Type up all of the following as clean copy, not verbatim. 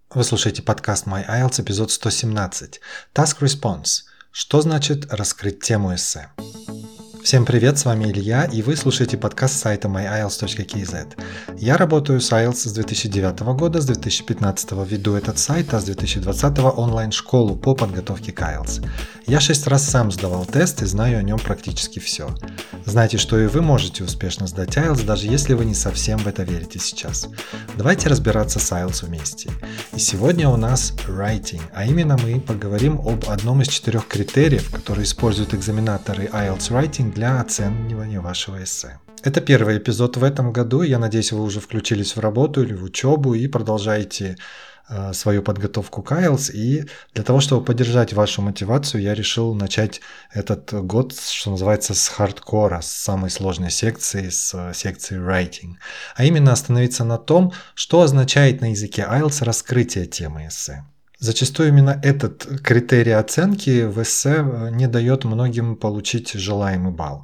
Вы слушаете подкаст My IELTS, эпизод 117. Task Response. Что значит раскрыть тему эссе? Всем привет, с вами Илья, и вы слушаете подкаст с сайта myielts.kz. Я работаю с IELTS с 2009 года, с 2015 веду этот сайт, а с 2020 онлайн-школу по подготовке к IELTS. Я 6 раз сам сдавал тест и знаю о нем практически все. Знайте, что и вы можете успешно сдать IELTS, даже если вы не совсем в это верите сейчас. Давайте разбираться с IELTS вместе. И сегодня у нас writing, а именно мы поговорим об одном из 4 критериев, которые используют экзаменаторы IELTS Writing для оценивания вашего эссе. Это первый эпизод в этом году, я надеюсь, вы уже включились в работу или в учебу и продолжаете свою подготовку к IELTS, и для того, чтобы поддержать вашу мотивацию, я решил начать этот год, что называется, с хардкора, с самой сложной секции, с секции writing, а именно остановиться на том, что означает на языке IELTS раскрытие темы эссе. Зачастую именно этот критерий оценки в эссе не дает многим получить желаемый балл.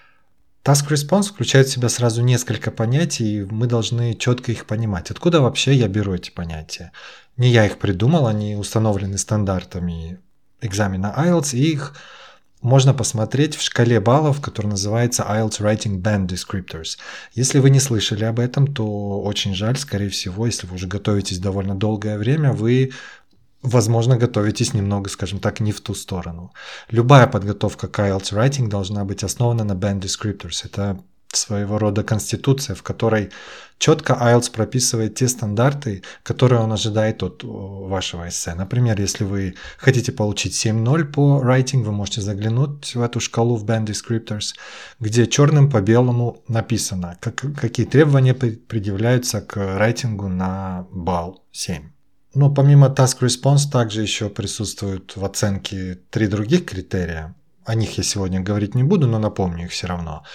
Task Response включает в себя сразу несколько понятий, и мы должны четко их понимать. Откуда вообще я беру эти понятия? Не я их придумал, они установлены стандартами экзамена IELTS, и их можно посмотреть в шкале баллов, которая называется IELTS Writing Band Descriptors. Если вы не слышали об этом, то очень жаль, скорее всего, если вы уже готовитесь довольно долгое время, вы возможно, готовитесь немного, скажем так, не в ту сторону. Любая подготовка к IELTS Writing должна быть основана на Band Descriptors. Это своего рода конституция, в которой четко IELTS прописывает те стандарты, которые он ожидает от вашего эссе. Например, если вы хотите получить 7.0 по writing, вы можете заглянуть в эту шкалу в Band Descriptors, где черным по белому написано, какие требования предъявляются к рейтингу на балл 7. Но помимо Task Response также еще присутствуют в оценке 3 других критерия. О них я сегодня говорить не буду, но напомню их все равно.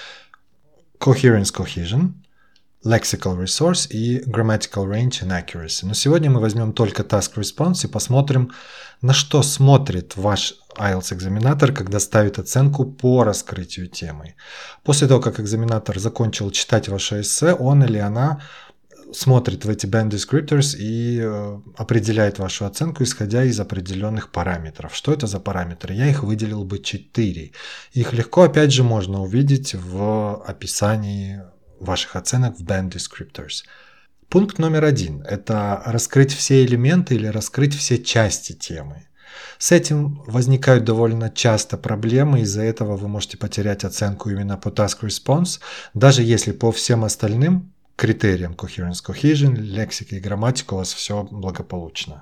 Coherence Cohesion, Lexical Resource и Grammatical Range and Accuracy. Но сегодня мы возьмем только Task Response и посмотрим, на что смотрит ваш IELTS-экзаменатор, когда ставит оценку по раскрытию темы. После того, как экзаменатор закончил читать ваше эссе, он или она смотрит в эти Band Descriptors и определяет вашу оценку, исходя из определенных параметров. Что это за параметры? Я их выделил бы 4. Их легко, опять же, можно увидеть в описании ваших оценок в Band Descriptors. Пункт номер 1 – это раскрыть все элементы или раскрыть все части темы. С этим возникают довольно часто проблемы, из-за этого вы можете потерять оценку именно по Task Response, даже если по всем остальным критериям Coherence Cohesion, лексика и грамматика у вас все благополучно.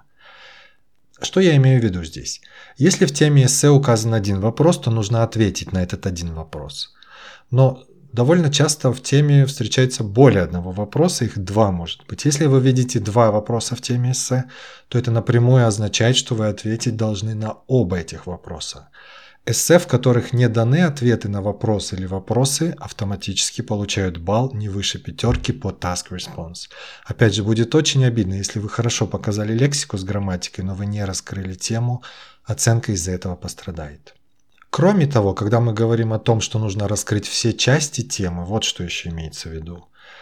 Что я имею в виду здесь? Если в теме эссе указан один вопрос, то нужно ответить на этот один вопрос. Но довольно часто в теме встречается более одного вопроса, их 2 может быть. Если вы видите 2 вопроса в теме эссе, то это напрямую означает, что вы ответить должны на оба этих вопроса. Эссе, в которых не даны ответы на вопрос или вопросы, автоматически получают балл не выше 5 по Task Response. Опять же, будет очень обидно, если вы хорошо показали лексику с грамматикой, но вы не раскрыли тему, оценка из-за этого пострадает. Кроме того, когда мы говорим о том, что нужно раскрыть все части темы, вот что еще имеется в виду.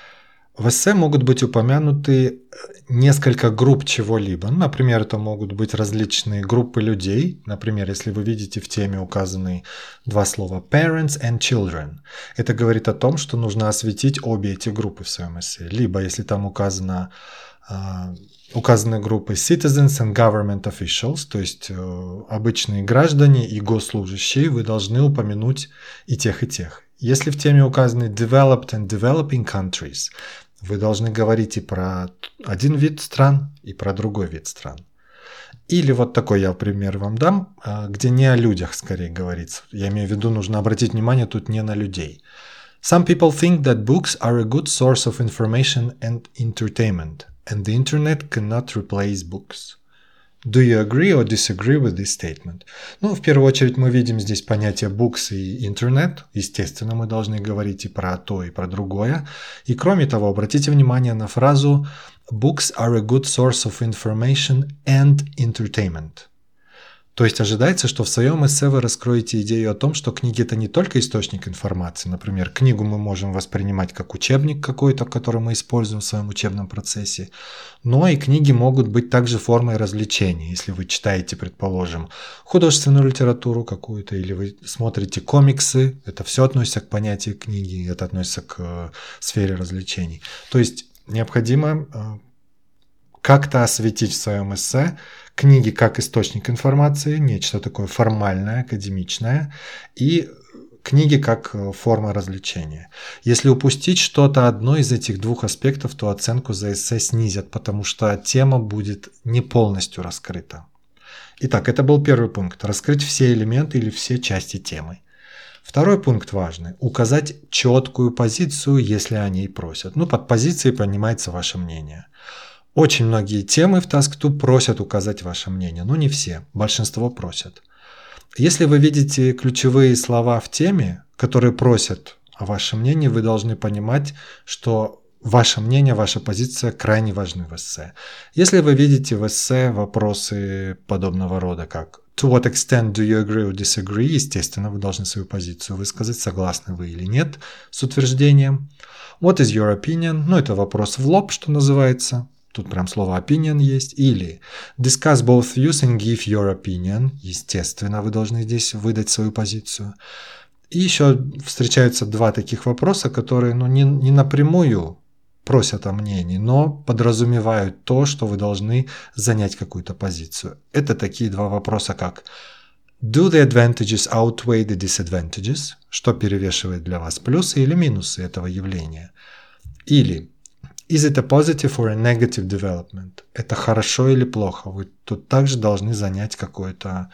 В эссе могут быть упомянуты несколько групп чего-либо. Например, это могут быть различные группы людей. Например, если вы видите в теме указаны 2 слова parents and children. Это говорит о том, что нужно осветить обе эти группы в своем эссе. Либо, если там указаны группы citizens and government officials, то есть обычные граждане и госслужащие, вы должны упомянуть и тех, и тех. Если в теме указаны developed and developing countries, вы должны говорить и про один вид стран, и про другой вид стран. Или вот такой я пример вам дам, где не о людях скорее говорится. Я имею в виду, нужно обратить внимание тут не на людей. Some people think that books are a good source of information and entertainment, and the internet cannot replace books. Do you agree or disagree with this statement? В первую очередь мы видим здесь понятие books и интернет. Естественно, мы должны говорить и про то, и про другое. И кроме того, обратите внимание на фразу Books are a good source of information and entertainment. То есть ожидается, что в своем эссе вы раскроете идею о том, что книги – это не только источник информации. Например, книгу мы можем воспринимать как учебник какой-то, который мы используем в своем учебном процессе, но и книги могут быть также формой развлечения. Если вы читаете, предположим, художественную литературу какую-то, или вы смотрите комиксы, это все относится к понятию книги, это относится к сфере развлечений. То есть необходимо как-то осветить в своем эссе книги как источник информации, нечто такое формальное, академичное, и книги как форма развлечения. Если упустить что-то одно из этих двух аспектов, то оценку за эссе снизят, потому что тема будет не полностью раскрыта. Итак, это был первый пункт – раскрыть все элементы или все части темы. Второй пункт важный – указать четкую позицию, если о ней просят. Под позицией понимается ваше мнение. Очень многие темы в Task2 просят указать ваше мнение, но не все, большинство просят. Если вы видите ключевые слова в теме, которые просят о вашем мнении, вы должны понимать, что ваше мнение, ваша позиция крайне важны в эссе. Если вы видите в эссе вопросы подобного рода, как «To what extent do you agree or disagree?» Естественно, вы должны свою позицию высказать, согласны вы или нет с утверждением. «What is your opinion?» Это вопрос в лоб, что называется. Тут прям слово opinion есть. Или discuss both views and give your opinion. Естественно, вы должны здесь выдать свою позицию. И еще встречаются два таких вопроса, которые не напрямую просят о мнении, но подразумевают то, что вы должны занять какую-то позицию. Это такие два вопроса, как do the advantages outweigh the disadvantages? Что перевешивает для вас плюсы или минусы этого явления? Или is it a positive or a negative development? Это хорошо или плохо? Вы тут также должны занять какое-то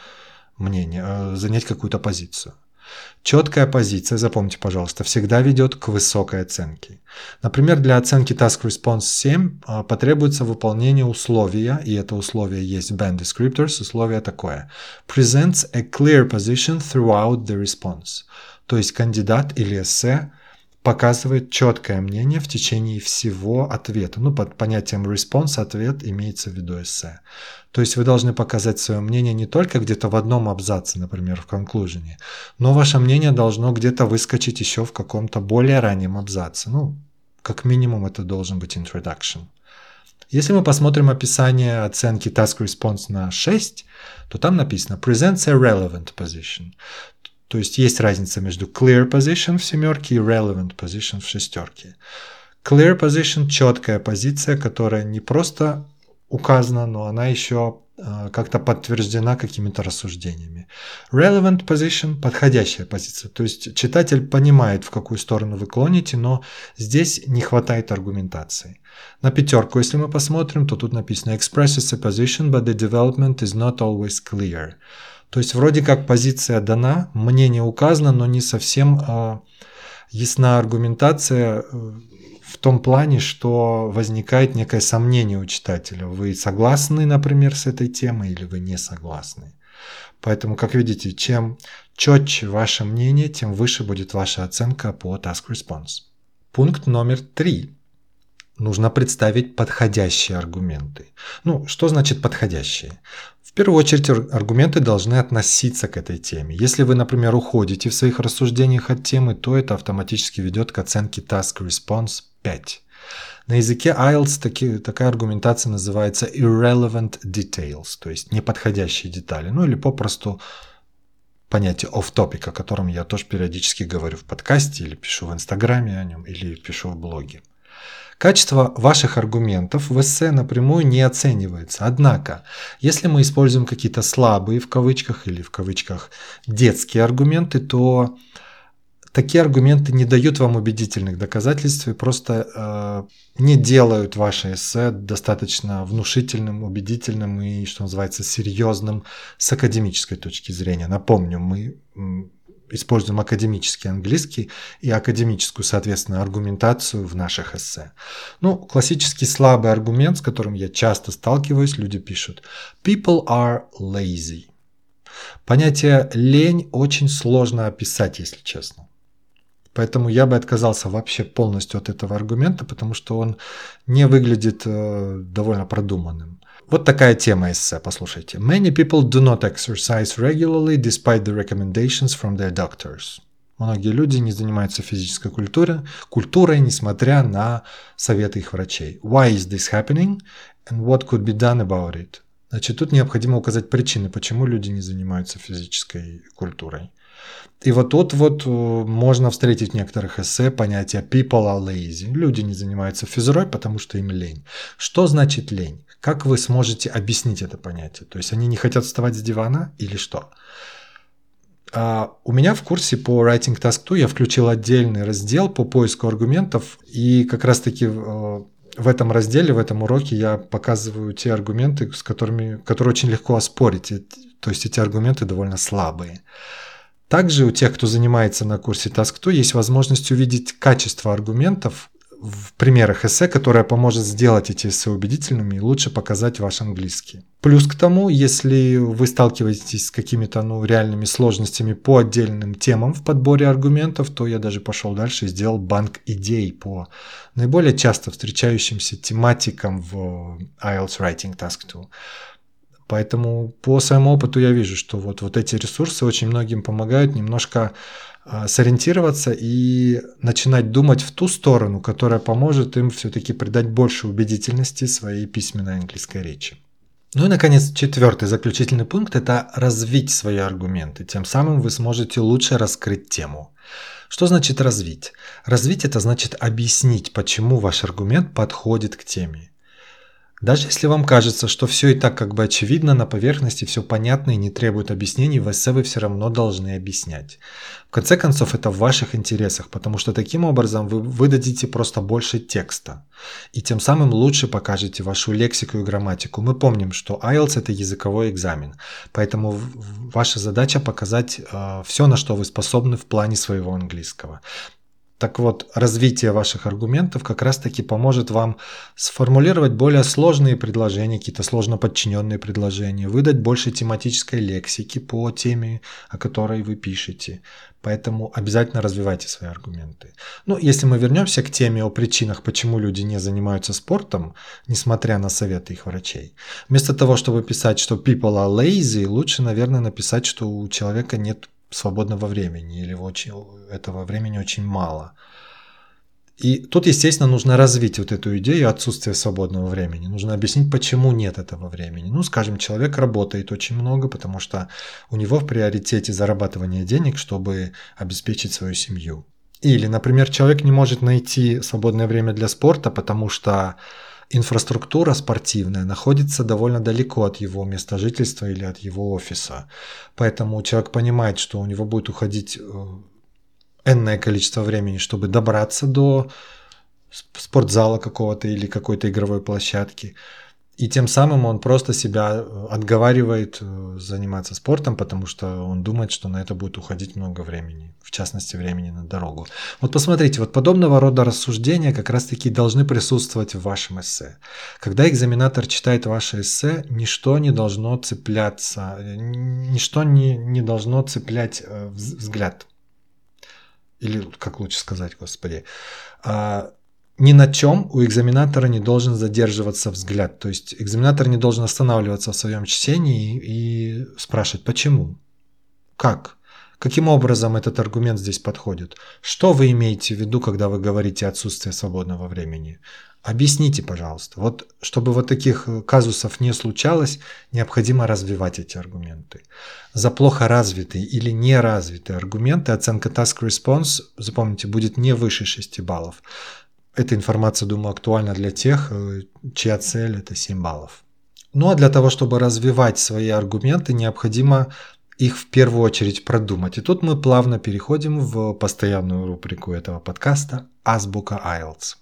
мнение, занять какую-то позицию. Четкая позиция, запомните, пожалуйста, всегда ведет к высокой оценке. Например, для оценки Task Response 7 потребуется выполнение условия, и это условие есть в Band Descriptors. Условие такое: presents a clear position throughout the response. То есть кандидат или эссе показывает четкое мнение в течение всего ответа. Под понятием response ответ имеется в виду эссе. То есть вы должны показать свое мнение не только где-то в одном абзаце, например, в conclusion, но ваше мнение должно где-то выскочить еще в каком-то более раннем абзаце. Как минимум это должен быть introduction. Если мы посмотрим описание оценки Task Response на 6, то там написано presents a relevant position. То есть есть разница между clear position в семерке и relevant position в шестерке. Clear position – четкая позиция, которая не просто указана, но она еще как-то подтверждена какими-то рассуждениями. Relevant position – подходящая позиция. То есть читатель понимает, в какую сторону вы клоните, но здесь не хватает аргументации. На пятерку, если мы посмотрим, то тут написано expresses a position, but the development is not always clear. То есть вроде как позиция дана, мнение указано, но не совсем ясна аргументация в том плане, что возникает некое сомнение у читателя. Вы согласны, например, с этой темой или вы не согласны. Поэтому, как видите, чем четче ваше мнение, тем выше будет ваша оценка по Task Response. Пункт номер 3. Нужно представить подходящие аргументы. Что значит подходящие? В первую очередь аргументы должны относиться к этой теме. Если вы, например, уходите в своих рассуждениях от темы, то это автоматически ведет к оценке Task Response 5. На языке IELTS такая аргументация называется irrelevant details, то есть неподходящие детали, или попросту понятие off-topic, о котором я тоже периодически говорю в подкасте или пишу в Инстаграме о нем, или пишу в блоге. Качество ваших аргументов в эссе напрямую не оценивается. Однако, если мы используем какие-то слабые в кавычках или в кавычках детские аргументы, то такие аргументы не дают вам убедительных доказательств и просто не делают ваше эссе достаточно внушительным, убедительным и, что называется, серьезным с академической точки зрения. Напомню, мы используем академический английский и академическую, соответственно, аргументацию в наших эссе. Классический слабый аргумент, с которым я часто сталкиваюсь, люди пишут «People are lazy». Понятие «лень» очень сложно описать, если честно. Поэтому я бы отказался вообще полностью от этого аргумента, потому что он не выглядит довольно продуманным. Вот такая тема эссе, послушайте. Many people do not exercise regularly despite the recommendations from their doctors. Многие люди не занимаются физической культурой, несмотря на советы их врачей. Why is this happening and what could be done about it? Значит, тут необходимо указать причины, почему люди не занимаются физической культурой. И вот тут вот можно встретить в некоторых эссе понятие people are lazy. Люди не занимаются физрой, потому что им лень. Что значит лень? Как вы сможете объяснить это понятие? То есть они не хотят вставать с дивана или что? У меня в курсе по Writing Task 2 я включил отдельный раздел по поиску аргументов, и как раз-таки в этом разделе, в этом уроке я показываю те аргументы, которые очень легко оспорить. То есть эти аргументы довольно слабые. Также у тех, кто занимается на курсе Task 2, есть возможность увидеть качество аргументов в примерах эссе, которое поможет сделать эти эссе убедительными и лучше показать ваш английский. Плюс к тому, если вы сталкиваетесь с какими-то реальными сложностями по отдельным темам в подборе аргументов, то я даже пошел дальше и сделал банк идей по наиболее часто встречающимся тематикам в IELTS Writing Task 2. Поэтому по своему опыту я вижу, что вот эти ресурсы очень многим помогают немножко сориентироваться и начинать думать в ту сторону, которая поможет им все-таки придать больше убедительности своей письменной английской речи. Ну и, наконец, 4-й заключительный пункт – это развить свои аргументы. Тем самым вы сможете лучше раскрыть тему. Что значит развить? Развить – это значит объяснить, почему ваш аргумент подходит к теме. Даже если вам кажется, что все и так как бы очевидно, на поверхности все понятно и не требует объяснений, в эссе вы все равно должны объяснять. В конце концов, это в ваших интересах, потому что таким образом вы выдадите просто больше текста. И тем самым лучше покажете вашу лексику и грамматику. Мы помним, что IELTS – это языковой экзамен, поэтому ваша задача показать все, на что вы способны в плане своего английского. Так вот, развитие ваших аргументов как раз-таки поможет вам сформулировать более сложные предложения, какие-то сложно подчиненные предложения, выдать больше тематической лексики по теме, о которой вы пишете. Поэтому обязательно развивайте свои аргументы. Ну, если мы вернемся к теме о причинах, почему люди не занимаются спортом, несмотря на советы их врачей, вместо того, чтобы писать, что people are lazy, лучше, наверное, написать, что у человека нет свободного времени или этого времени очень мало. И тут, естественно, нужно развить вот эту идею отсутствия свободного времени. Нужно объяснить, почему нет этого времени. Ну, скажем, человек работает очень много, потому что у него в приоритете зарабатывание денег, чтобы обеспечить свою семью. Или, например, человек не может найти свободное время для спорта, потому что инфраструктура спортивная находится довольно далеко от его места жительства или от его офиса. Поэтому человек понимает, что у него будет уходить энное количество времени, чтобы добраться до спортзала какого-то или какой-то игровой площадки. И тем самым он просто себя отговаривает заниматься спортом, потому что он думает, что на это будет уходить много времени, в частности, времени на дорогу. Вот посмотрите, вот подобного рода рассуждения как раз-таки должны присутствовать в вашем эссе. Когда экзаменатор читает ваше эссе, ничто не должно цепляться, ничто не должно цеплять взгляд. Или, как лучше сказать, господи, ни на чем у экзаменатора не должен задерживаться взгляд. То есть экзаменатор не должен останавливаться в своем чтении и спрашивать, почему, как, каким образом этот аргумент здесь подходит, что вы имеете в виду, когда вы говорите отсутствие свободного времени. Объясните, пожалуйста. Вот, чтобы вот таких казусов не случалось, необходимо развивать эти аргументы. За плохо развитые или неразвитые аргументы оценка Task Response, запомните, будет не выше 6 баллов. Эта информация, думаю, актуальна для тех, чья цель – это 7 баллов. Ну а для того, чтобы развивать свои аргументы, необходимо их в первую очередь продумать. И тут мы плавно переходим в постоянную рубрику этого подкаста «Азбука IELTS».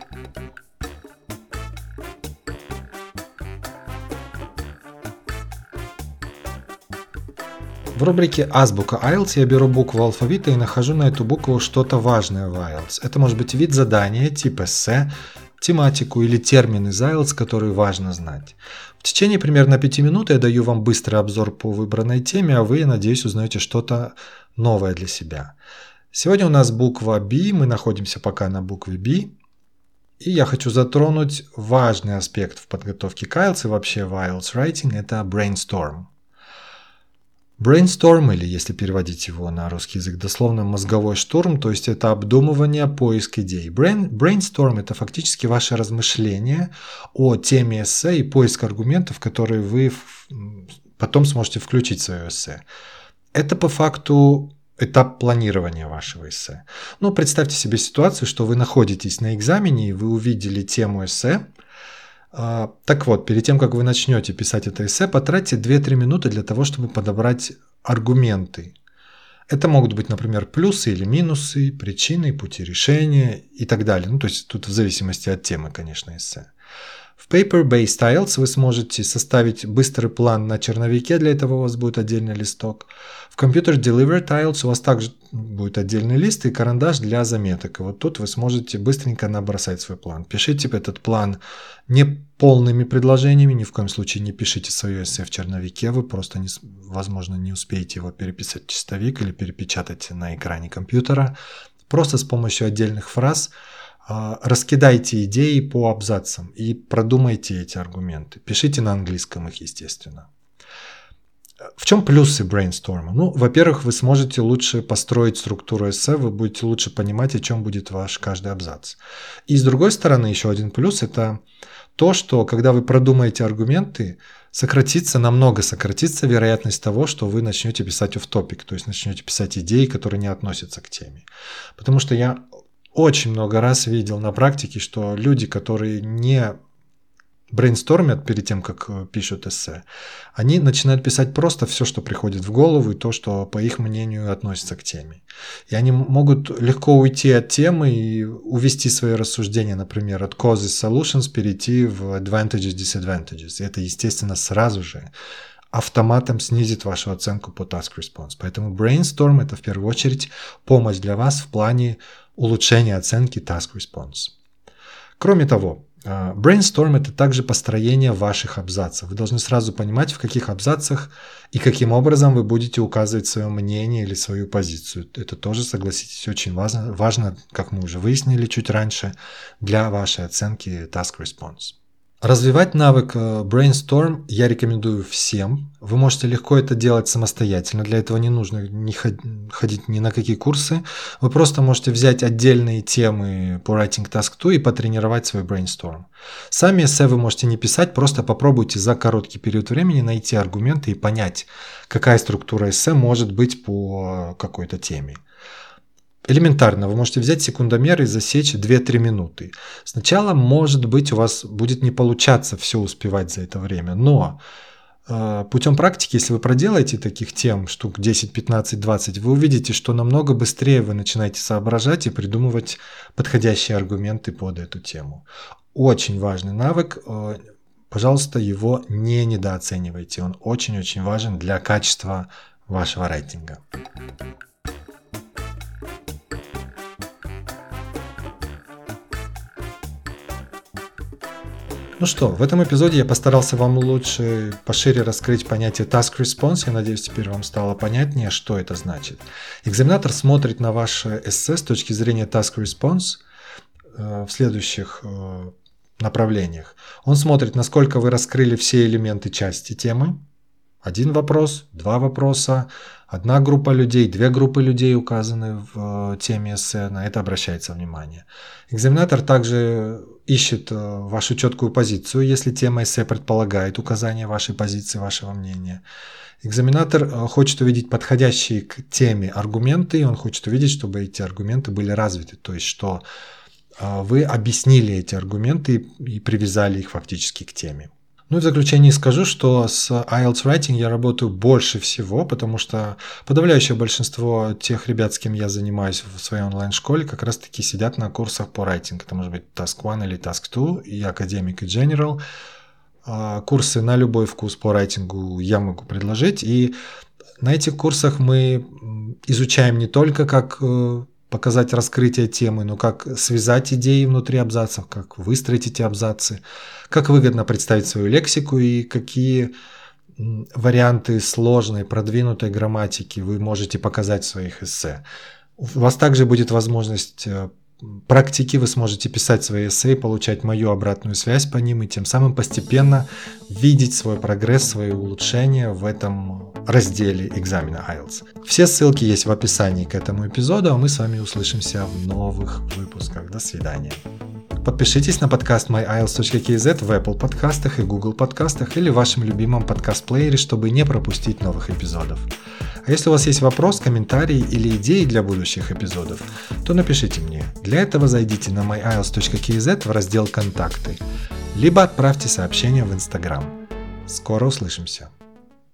В рубрике «Азбука IELTS» я беру букву алфавита и нахожу на эту букву что-то важное в IELTS. Это может быть вид задания, тип эссе, тематику или термин из IELTS, который важно знать. В течение примерно 5 минут я даю вам быстрый обзор по выбранной теме, а вы, я надеюсь, узнаете что-то новое для себя. Сегодня у нас буква B, мы находимся пока на букве B. И я хочу затронуть важный аспект в подготовке к IELTS и вообще в IELTS Writing – это brainstorm. Brainstorm, или если переводить его на русский язык, дословно мозговой штурм, то есть это обдумывание, поиск идей. Brainstorm – это фактически ваше размышление о теме эссе и поиск аргументов, которые вы потом сможете включить в свое эссе. Это по факту этап планирования вашего эссе. Ну, представьте себе ситуацию, что вы находитесь на экзамене и вы увидели тему эссе. Так вот, перед тем, как вы начнете писать это эссе, потратьте 2-3 минуты для того, чтобы подобрать аргументы. Это могут быть, например, плюсы или минусы, причины, пути решения и так далее. Ну, то есть тут в зависимости от темы, конечно, эссе. В Paper-Based IELTS вы сможете составить быстрый план на черновике, для этого у вас будет отдельный листок. В Computer-Delivered IELTS у вас также будет отдельный лист и карандаш для заметок. И вот тут вы сможете быстренько набросать свой план. Пишите этот план не полными предложениями, ни в коем случае не пишите свое эссе в черновике, вы просто, возможно, не успеете его переписать в чистовик или перепечатать на экране компьютера. Просто с помощью отдельных фраз раскидайте идеи по абзацам и продумайте эти аргументы. Пишите на английском их, естественно. В чем плюсы брейнсторма? Ну, во-первых, вы сможете лучше построить структуру эссе, вы будете лучше понимать, о чем будет ваш каждый абзац. И с другой стороны, еще один плюс – это то, что когда вы продумаете аргументы, намного сократится вероятность того, что вы начнете писать off-topic, то есть начнете писать идеи, которые не относятся к теме. Потому что я очень много раз видел на практике, что люди, которые не брейнстормят перед тем, как пишут эссе, они начинают писать просто все, что приходит в голову и то, что, по их мнению, относится к теме. И они могут легко уйти от темы и увести свои рассуждения, например, от causes solutions, перейти в advantages disadvantages. И это, естественно, сразу же автоматом снизит вашу оценку по task response. Поэтому brainstorm – это в первую очередь помощь для вас в плане улучшения оценки task response. Кроме того, brainstorm – это также построение ваших абзацев. Вы должны сразу понимать, в каких абзацах и каким образом вы будете указывать свое мнение или свою позицию. Это тоже, согласитесь, очень важно, как мы уже выяснили чуть раньше, для вашей оценки task response. Развивать навык brainstorm я рекомендую всем. Вы можете легко это делать самостоятельно. Для этого не нужно ходить ни на какие курсы. Вы просто можете взять отдельные темы по Writing Task 2 и потренировать свой brainstorm. Сами эссе вы можете не писать, просто попробуйте за короткий период времени найти аргументы и понять, какая структура эссе может быть по какой-то теме. Элементарно, вы можете взять секундомер и засечь 2-3 минуты. Сначала, может быть, у вас будет не получаться все успевать за это время, но путем практики, если вы проделаете таких тем, штук 10, 15, 20, вы увидите, что намного быстрее вы начинаете соображать и придумывать подходящие аргументы под эту тему. Очень важный навык, пожалуйста, его не недооценивайте, он очень-очень важен для качества вашего райтинга. Ну что, в этом эпизоде я постарался вам лучше, пошире раскрыть понятие task response. Я надеюсь, теперь вам стало понятнее, что это значит. Экзаменатор смотрит на ваше эссе с точки зрения task response в следующих направлениях. Он смотрит, насколько вы раскрыли все элементы части темы. 1 вопрос, 2 вопроса, 1 группа людей, 2 группы людей указаны в теме эссе, на это обращается внимание. Экзаменатор также ищет вашу четкую позицию, если тема эссе предполагает указание вашей позиции, вашего мнения. Экзаменатор хочет увидеть подходящие к теме аргументы, и он хочет увидеть, чтобы эти аргументы были развиты, то есть что вы объяснили эти аргументы и привязали их фактически к теме. Ну и в заключение скажу, что с IELTS Writing я работаю больше всего, потому что подавляющее большинство тех ребят, с кем я занимаюсь в своей онлайн-школе, как раз таки сидят на курсах по Writing. Это может быть Task 1 или Task 2, и Academic, и General. Курсы на любой вкус по райтингу я могу предложить. И на этих курсах мы изучаем не только как показать раскрытие темы, но как связать идеи внутри абзацев, как выстроить эти абзацы, как выгодно представить свою лексику и какие варианты сложной, продвинутой грамматики вы можете показать в своих эссе. У вас также будет возможность практики, вы сможете писать свои эссе, получать мою обратную связь по ним и тем самым постепенно видеть свой прогресс, свои улучшения в этом разделе экзамена IELTS. Все ссылки есть в описании к этому эпизоду, а мы с вами услышимся в новых выпусках. До свидания. Подпишитесь на подкаст myielts.kz в Apple подкастах и Google подкастах или в вашем любимом подкаст-плеере, чтобы не пропустить новых эпизодов. А если у вас есть вопрос, комментарий или идеи для будущих эпизодов, то напишите мне. Для этого зайдите на myielts.kz в раздел «Контакты», либо отправьте сообщение в Instagram. Скоро услышимся.